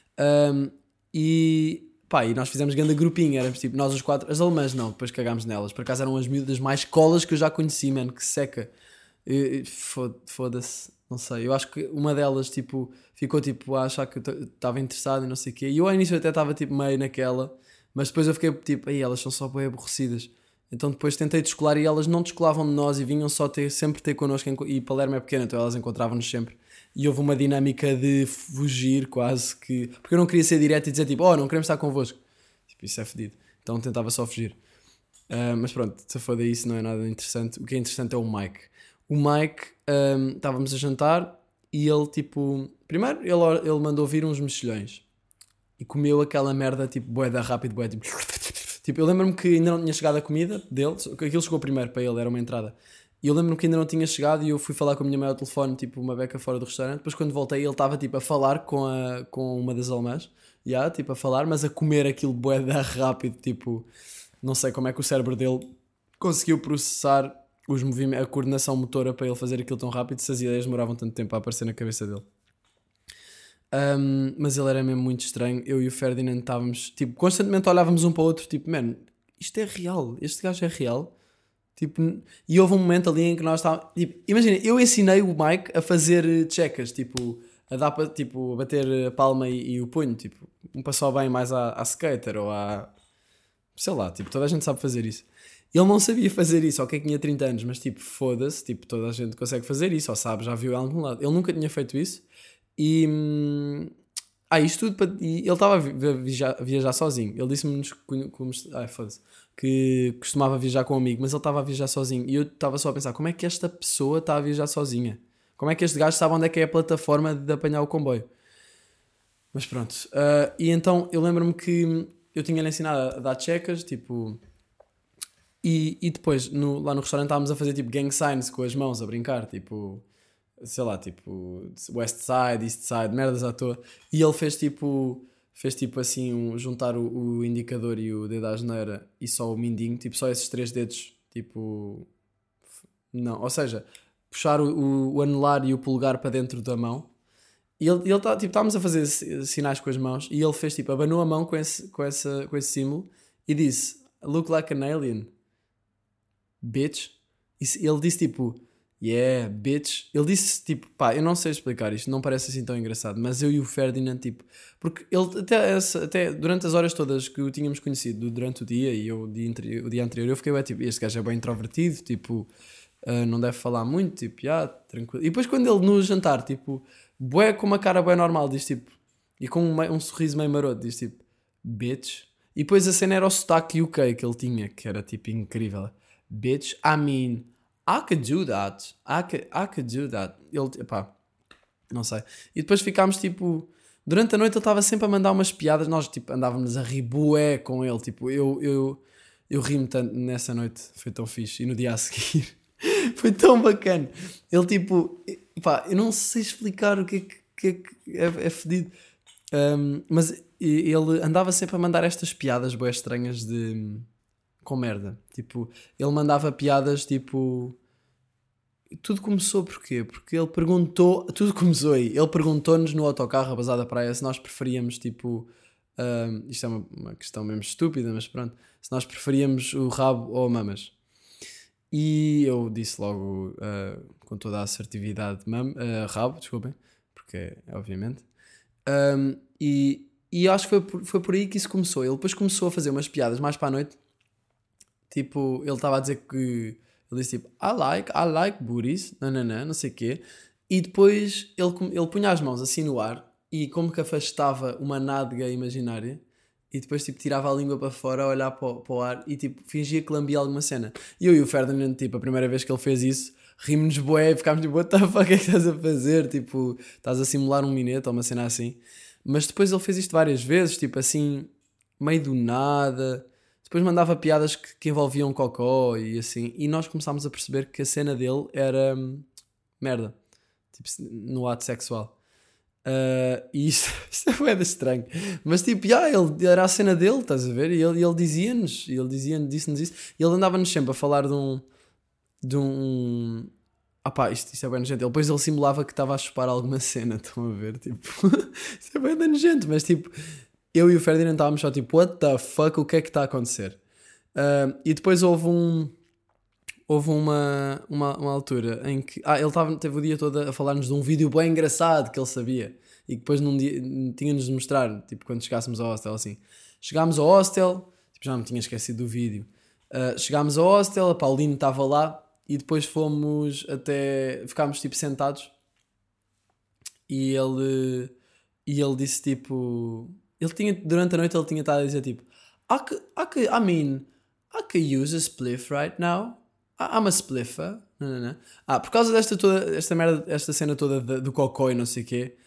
E nós fizemos grande grupinho, éramos tipo nós os 4, as alemãs não, depois cagámos nelas, por acaso eram as miúdas mais colas que eu já conheci, mano, que seca. Foda-se, não sei, eu acho que uma delas tipo ficou tipo a achar que eu estava interessado e não sei o quê, e eu ao início até estava tipo meio naquela, mas depois eu fiquei tipo, aí elas são só bem aborrecidas, então depois tentei descolar e elas não descolavam de nós e vinham só sempre ter connosco, e Palermo é pequena, então elas encontravam-nos sempre, e houve uma dinâmica de fugir quase que, porque eu não queria ser direto e dizer tipo, não queremos estar convosco, tipo, isso é fedido, então tentava só fugir. Mas pronto, se for daí, isso não é nada interessante. O que é interessante é o Mike. O Mike, estávamos a jantar e ele tipo... Primeiro ele mandou vir uns mexilhões. e comeu aquela merda tipo bué da rápido, bué tipo... Tipo, eu lembro-me que ainda não tinha chegado a comida dele, aquilo chegou primeiro para ele, era uma entrada. E eu lembro-me que ainda não tinha chegado e eu fui falar com a minha mãe ao telefone, tipo, uma beca fora do restaurante. Depois quando voltei ele estava tipo a falar com uma das alemãs, tipo a falar, mas a comer aquilo bué da rápido, tipo, não sei como é que o cérebro dele conseguiu processar os movimentos, a coordenação motora para ele fazer aquilo tão rápido, se as ideias demoravam tanto tempo a aparecer na cabeça dele. Mas ele era mesmo muito estranho. Eu e o Ferdinand estávamos, tipo, constantemente olhávamos um para o outro, tipo, mano, isto é real, este gajo é real. Tipo, e houve um momento ali em que nós estávamos, tipo, imagina, eu ensinei o Mike a fazer checkas, tipo, a dar para, tipo, a bater a palma e o punho, tipo, um passou bem mais à skater ou à, sei lá, tipo, toda a gente sabe fazer isso. Ele não sabia fazer isso, ok, que tinha 30 anos, mas tipo, foda-se, tipo, toda a gente consegue fazer isso, ou sabe, já viu em algum lado. Ele nunca tinha feito isso e. Isto tudo para. E ele estava a viajar sozinho. Ele disse-me foda-se, que costumava viajar com um amigo, mas ele estava a viajar sozinho. E eu estava só a pensar, como é que esta pessoa está a viajar sozinha? Como é que este gajo sabe onde é que é a plataforma de apanhar o comboio? Mas pronto. E então eu lembro-me que eu tinha-lhe ensinado a dar checkas, tipo. E depois, lá no restaurante, estávamos a fazer tipo gang signs com as mãos, a brincar, tipo, sei lá, tipo, West Side, East Side, merdas à toa. E ele fez tipo assim, juntar o indicador e o dedo à geneira e só o mindinho, tipo, só esses três dedos, tipo, não, ou seja, puxar o anelar e o polegar para dentro da mão. E ele tipo, estávamos a fazer sinais com as mãos e ele fez tipo, abanou a mão com esse símbolo e disse, look like an alien. Bitch. Ele disse tipo, yeah, bitch. Ele disse tipo, pá, eu não sei explicar isto, não parece assim tão engraçado, mas eu e o Ferdinand, tipo, porque ele até durante as horas todas que o tínhamos conhecido durante o dia e eu o dia anterior, eu fiquei bem, tipo, este gajo é bem introvertido, tipo, não deve falar muito, tipo, tranquilo. E depois quando ele no jantar, tipo, bué com uma cara bué normal, diz tipo, e com um sorriso meio maroto, diz tipo, bitch. E depois a cena era o sotaque UK que ele tinha, que era tipo incrível. Bitch, I mean, I could do that. I could do that. Ele, pá, não sei. E depois ficámos tipo. Durante a noite ele estava sempre a mandar umas piadas. Nós tipo andávamos a rir bué com ele. Tipo, eu ri-me tanto nessa noite. Foi tão fixe. E no dia a seguir foi tão bacana. Ele tipo, pá, eu não sei explicar o que é fedido. Mas ele andava sempre a mandar estas piadas bué estranhas com merda. Tipo, ele mandava piadas tipo. Tudo começou porquê? Porque ele perguntou. Tudo começou aí. Ele perguntou-nos no autocarro, a bazar da praia, se nós preferíamos tipo. Isto é uma questão mesmo estúpida, mas pronto. Se nós preferíamos o rabo ou mamas. E eu disse logo, com toda a assertividade, rabo, desculpem, porque obviamente. E acho que foi por aí que isso começou. Ele depois começou a fazer umas piadas mais para a noite. Tipo, ele estava a dizer que. Ele disse tipo, I like booties, não sei o quê. E depois ele punha as mãos assim no ar e como que afastava uma nádega imaginária e depois tipo tirava a língua para fora a olhar para o ar e tipo fingia que lambia alguma cena. E eu e o Ferdinand, tipo, a primeira vez que ele fez isso, rimos-nos bué, ficámos tipo, what the fuck, o que é que estás a fazer? Tipo, estás a simular um minete ou uma cena assim. Mas depois ele fez isto várias vezes, tipo assim, meio do nada. Depois mandava piadas que envolviam cocó e assim. E nós começámos a perceber que a cena dele era merda. Tipo, no ato sexual. E isto é bué estranho. Mas tipo, ele era a cena dele, estás a ver? E ele dizia-nos, disse-nos isso. E ele andava-nos sempre a falar de um. Ah pá, isto é bem nojento. Depois ele simulava que estava a chupar alguma cena, estão a ver? Tipo, isto é bem nojento, mas tipo, eu e o Ferdinand estávamos só tipo, what the fuck, o que é que está a acontecer? E depois houve uma altura em que ele teve o dia todo a falar-nos de um vídeo bem engraçado que ele sabia e que depois num dia tinha-nos de mostrar, tipo, quando chegássemos ao hostel, assim. Chegámos ao hostel, tipo, já me tinha esquecido do vídeo. Chegámos ao hostel, a Pauline estava lá e depois ficámos tipo sentados e ele disse tipo, durante a noite ele tinha estado a dizer tipo, I mean, I could use a spliff right now. I'm a spliffer. Não. Por causa desta merda, esta cena toda do cocó e não sei o quê,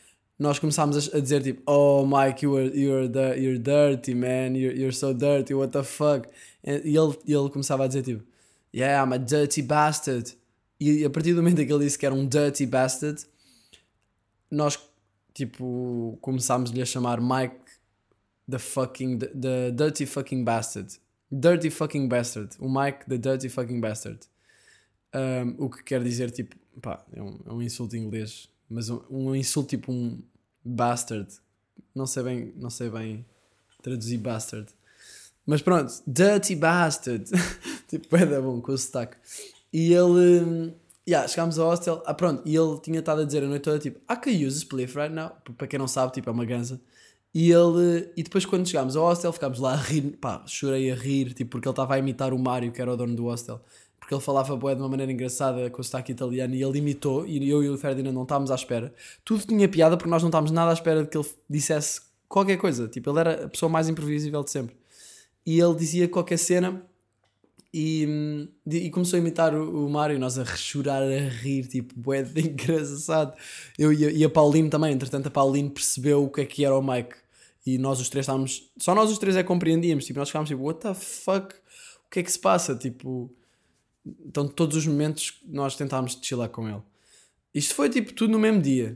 nós começámos a dizer tipo, oh Mike, you're dirty, man, you're so dirty, what the fuck. E ele começava a dizer tipo, yeah, I'm a dirty bastard. E a partir do momento em que ele disse que era um dirty bastard, nós tipo começámos-lhe a chamar Mike the dirty fucking bastard. Dirty fucking bastard. O Mike the dirty fucking bastard. O que quer dizer tipo, pá, é um insulto em inglês, mas um insulto tipo um bastard. Não sei bem traduzir bastard. Mas pronto, dirty bastard. Tipo, é da bom com o sotaque. E ele, chegámos ao hostel. Pronto, e ele tinha estado a dizer a noite toda tipo, I could use a spliff right now. Para quem não sabe, tipo, é uma ganza. E depois quando chegámos ao hostel, ficámos lá a rir, pá, chorei a rir, tipo, porque ele estava a imitar o Mário, que era o dono do hostel. Porque ele falava bué de uma maneira engraçada com o sotaque italiano e ele imitou, e eu e o Ferdinand não estávamos à espera. Tudo tinha piada porque nós não estávamos nada à espera de que ele dissesse qualquer coisa. Tipo, ele era a pessoa mais imprevisível de sempre. E ele dizia qualquer cena e começou a imitar o Mário e nós a chorar, a rir, tipo, bué de engraçado. Eu e a Pauline também, entretanto a Pauline percebeu o que era o Mike. E nós os três estávamos, só nós os três é que compreendíamos, tipo, nós ficámos tipo, what the fuck, o que é que se passa, tipo... Então todos os momentos nós tentámos chilar com ele. Isto foi tipo tudo no mesmo dia.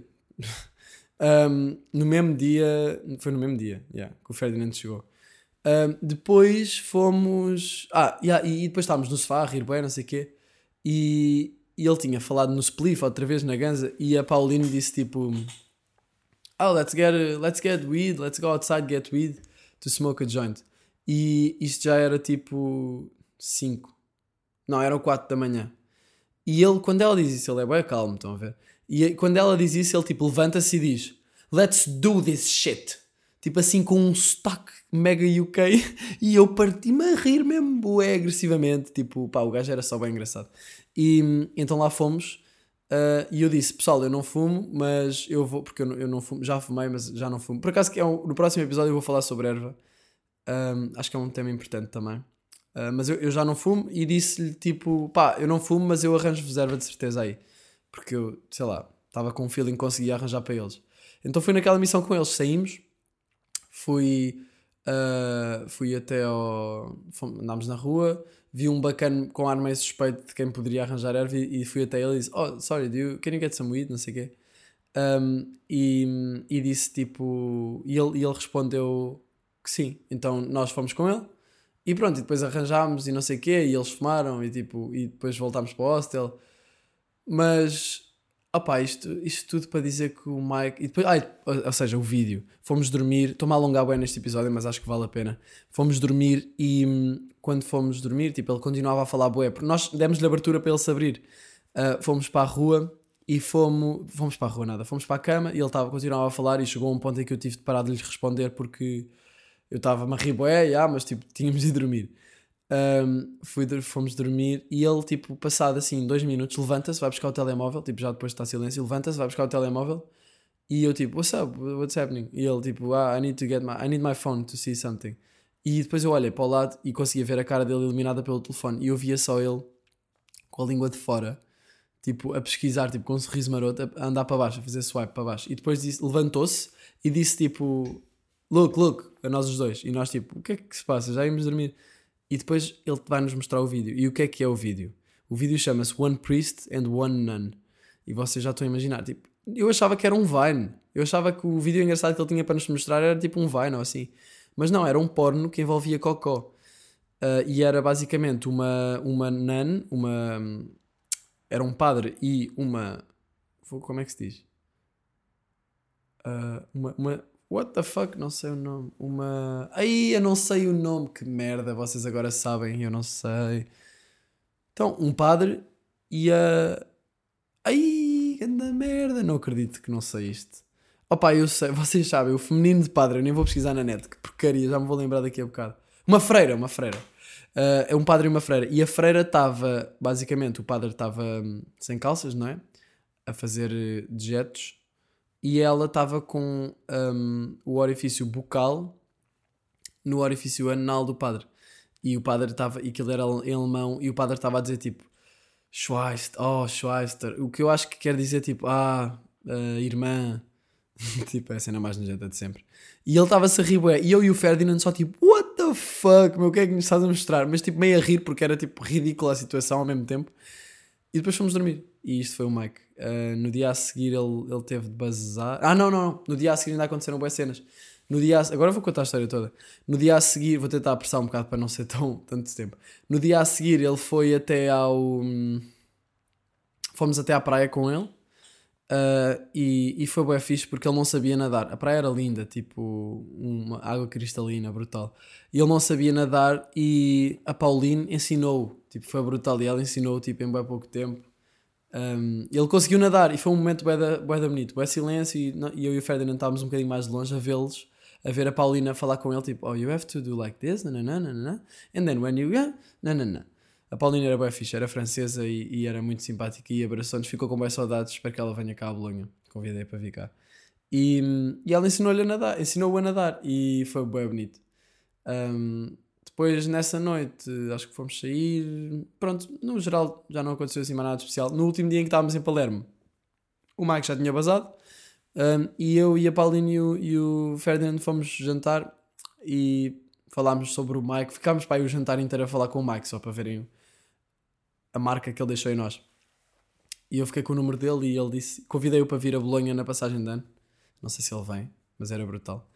No mesmo dia, que o Ferdinand chegou. Depois fomos... e depois estávamos no sofá a rir bem, não sei o quê. E ele tinha falado no spliff outra vez na ganza e a Pauline disse tipo... Oh, let's get weed, let's go outside get weed to smoke a joint. E isto já era tipo 5. Não, eram 4 da manhã. E ele, quando ela diz isso, ele é bem calmo, estão a ver? E quando ela diz isso, ele tipo levanta-se e diz let's do this shit. Tipo assim com um sotaque mega UK. E eu parti-me a rir mesmo bué agressivamente. Tipo, pá, o gajo era só bem engraçado. E então lá fomos. E eu disse, pessoal, eu não fumo, mas eu vou, porque eu não fumo, já fumei, mas já não fumo. Por acaso que no próximo episódio eu vou falar sobre erva. Acho que é um tema importante também. Mas eu já não fumo e disse-lhe tipo, pá, eu não fumo, mas eu arranjo-vos erva de certeza aí. Porque eu, sei lá, estava com um feeling que conseguia arranjar para eles. Então fui naquela missão com eles, saímos, fui até andámos na rua, vi um bacana com ar meio suspeito de quem poderia arranjar erva e fui até ele e disse, oh, sorry, can you get some weed? Não sei o quê. E disse tipo, e ele respondeu que sim. Então nós fomos com ele. E pronto, e depois arranjámos e não sei o quê, e eles fumaram e depois voltámos para o hostel. Mas, opá, isto tudo para dizer que o Mike... E depois, ou seja, o vídeo. Fomos dormir, estou-me a alongar bem neste episódio, mas acho que vale a pena. Fomos dormir e quando fomos dormir, tipo, ele continuava a falar bué, porque nós demos-lhe abertura para ele se abrir. Fomos para a rua e fomos para a rua nada, fomos para a cama e ele continuava a falar e chegou a um ponto em que eu tive de parar de lhe responder porque... Eu estava-me a rir bué, mas tipo, tínhamos de dormir. Fomos dormir e ele, tipo, passado assim 2 minutos, levanta-se, vai buscar o telemóvel, tipo, já depois está silêncio, levanta-se, vai buscar o telemóvel e eu tipo, what's up, what's happening? E ele tipo, I need my phone to see something. E depois eu olhei para o lado e conseguia ver a cara dele iluminada pelo telefone e eu via só ele com a língua de fora, tipo, a pesquisar, tipo, com um sorriso maroto, a andar para baixo, a fazer swipe para baixo. E depois levantou-se e disse tipo... Look, a nós os dois. E nós tipo, o que é que se passa? Já íamos dormir. E depois ele vai-nos mostrar o vídeo. E o que é o vídeo? O vídeo chama-se One Priest and One Nun. E vocês já estão a imaginar. Tipo, eu achava que era um Vine. Eu achava que o vídeo engraçado que ele tinha para nos mostrar era tipo um Vine ou assim. Mas não, era um porno que envolvia cocó. E era basicamente uma nun, era um padre e uma... Como é que se diz? What the fuck? Não sei o nome. Eu não sei o nome. Que merda, vocês agora sabem. Eu não sei. Então, um padre e a... Ganda merda. Não acredito que não sei isto. Opa, eu sei. Vocês sabem. O feminino de padre. Eu nem vou pesquisar na net. Que porcaria. Já me vou lembrar daqui a bocado. Uma freira. É um padre e uma freira. E a freira estava... Basicamente, o padre estava sem calças, não é? A fazer dejetos. E ela estava com o orifício bucal no orifício anal do padre. E o padre estava... E aquilo era em alemão. E o padre estava a dizer tipo... Schweister. O que eu acho que quer dizer tipo... irmã. Tipo, é a cena mais nojenta de sempre. E ele estava-se a rir, bué. E eu e o Ferdinand só tipo, what the fuck, meu, o que é que nos estás a mostrar? Mas tipo, meio a rir porque era tipo ridícula a situação ao mesmo tempo. E depois fomos dormir. E isto foi o Mike. No dia a seguir ele teve de bazar. Não. No dia a seguir ainda aconteceram boas cenas. Agora vou contar a história toda. No dia a seguir, vou tentar apressar um bocado para não ser tanto tempo. No dia a seguir ele foi até fomos até à praia com ele. E foi bué fixe porque ele não sabia nadar. A praia era linda, tipo uma água cristalina, brutal. E ele não sabia nadar e a Pauline ensinou, tipo, foi brutal. E ela ensinou tipo, em bem pouco tempo. Ele conseguiu nadar e foi um momento bué da bonito, bué silêncio. E eu e o Ferdinand estávamos um bocadinho mais de longe a vê-los, a ver a Paulina falar com ele, tipo, oh, you have to do like this, nananana, and then when you go, nanana. A Paulina era bem fixe, era francesa e era muito simpática e abraçou-nos, ficou com bem saudades, espero que ela venha cá a Bolonha, convidei para vir cá. E ela ensinou-o a nadar e foi bem bonito. Depois nessa noite acho que fomos sair, pronto, no geral já não aconteceu assim mais nada de especial. No último dia em que estávamos em Palermo, o Mike já tinha basado, e eu e a Paulina e o Ferdinand fomos jantar e falámos sobre o Mike, ficámos para aí o jantar inteiro a falar com o Mike, só para verem a marca que ele deixou em nós. E eu fiquei com o número dele e ele disse, convidei-o para vir a Bolonha na passagem de ano, não sei se ele vem, mas era brutal.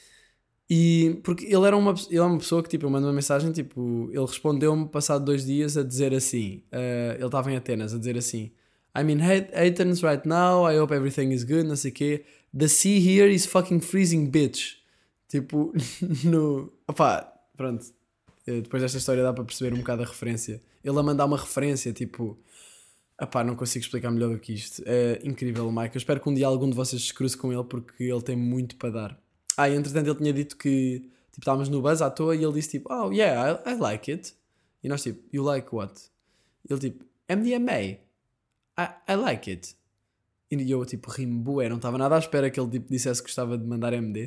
E porque ele é uma pessoa que tipo, eu mando uma mensagem, tipo, ele respondeu-me passado 2 dias a dizer assim, ele estava em Atenas a dizer assim, I'm in Athens right now, I hope everything is good, não sei o quê, the sea here is fucking freezing, bitch. Tipo, opá, pronto, depois desta história dá para perceber um bocado a referência, ele a mandar uma referência, tipo, opá, não consigo explicar melhor do que isto, é incrível o Mike, eu espero que um dia algum de vocês se cruze com ele porque ele tem muito para dar. E entretanto ele tinha dito que tipo, estávamos no buzz à toa e ele disse tipo, oh yeah, I like it. E nós tipo, you like what? Ele tipo, MDMA. I like it. E eu tipo, rimo bué, não estava nada à espera que ele tipo, dissesse que gostava de mandar MD.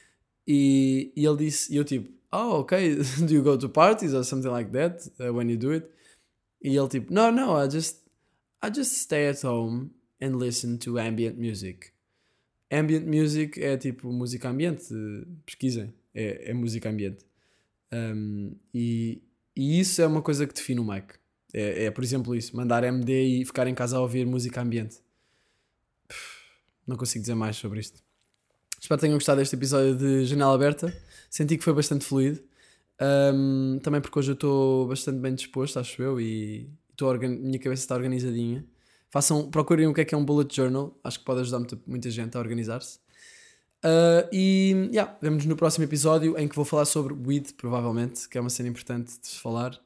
E ele disse, e eu tipo, oh ok, do you go to parties or something like that when you do it? E ele tipo, no, I just stay at home and listen to ambient music. Ambient music é tipo música ambiente, pesquisem, é música ambiente. E isso é uma coisa que define o Mike. É por exemplo isso, mandar MD e ficar em casa a ouvir música ambiente. Não consigo dizer mais sobre isto. Espero que tenham gostado deste episódio de Janela Aberta. Senti que foi bastante fluido. Também porque hoje eu estou bastante bem disposto, acho eu, e minha cabeça está organizadinha. Procurem o que é um bullet journal. Acho que pode ajudar muita gente a organizar-se. Vemo-nos no próximo episódio em que vou falar sobre weed, provavelmente, que é uma cena importante de se falar.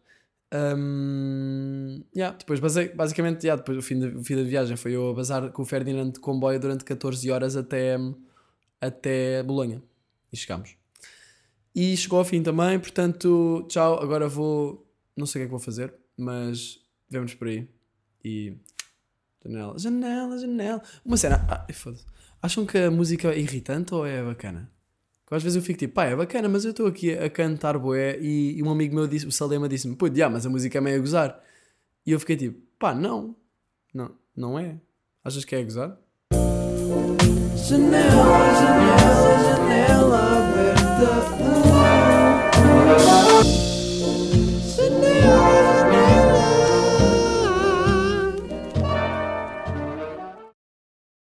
Depois basicamente depois o fim da viagem foi eu a bazar com o Ferdinand de comboio durante 14 horas até Bolonha. E chegámos. E chegou ao fim também, portanto, tchau. Agora não sei o que é que vou fazer, mas vemo-nos por aí. E... Janela. Uma cena. Foda-se. Acham que a música é irritante ou é bacana? Porque às vezes eu fico tipo, pá, é bacana, mas eu estou aqui a cantar bué e um amigo meu disse, o Salema disse-me, pô, mas a música é meio a gozar. E eu fiquei tipo, pá, não é. Achas que é a gozar? Janela aberta.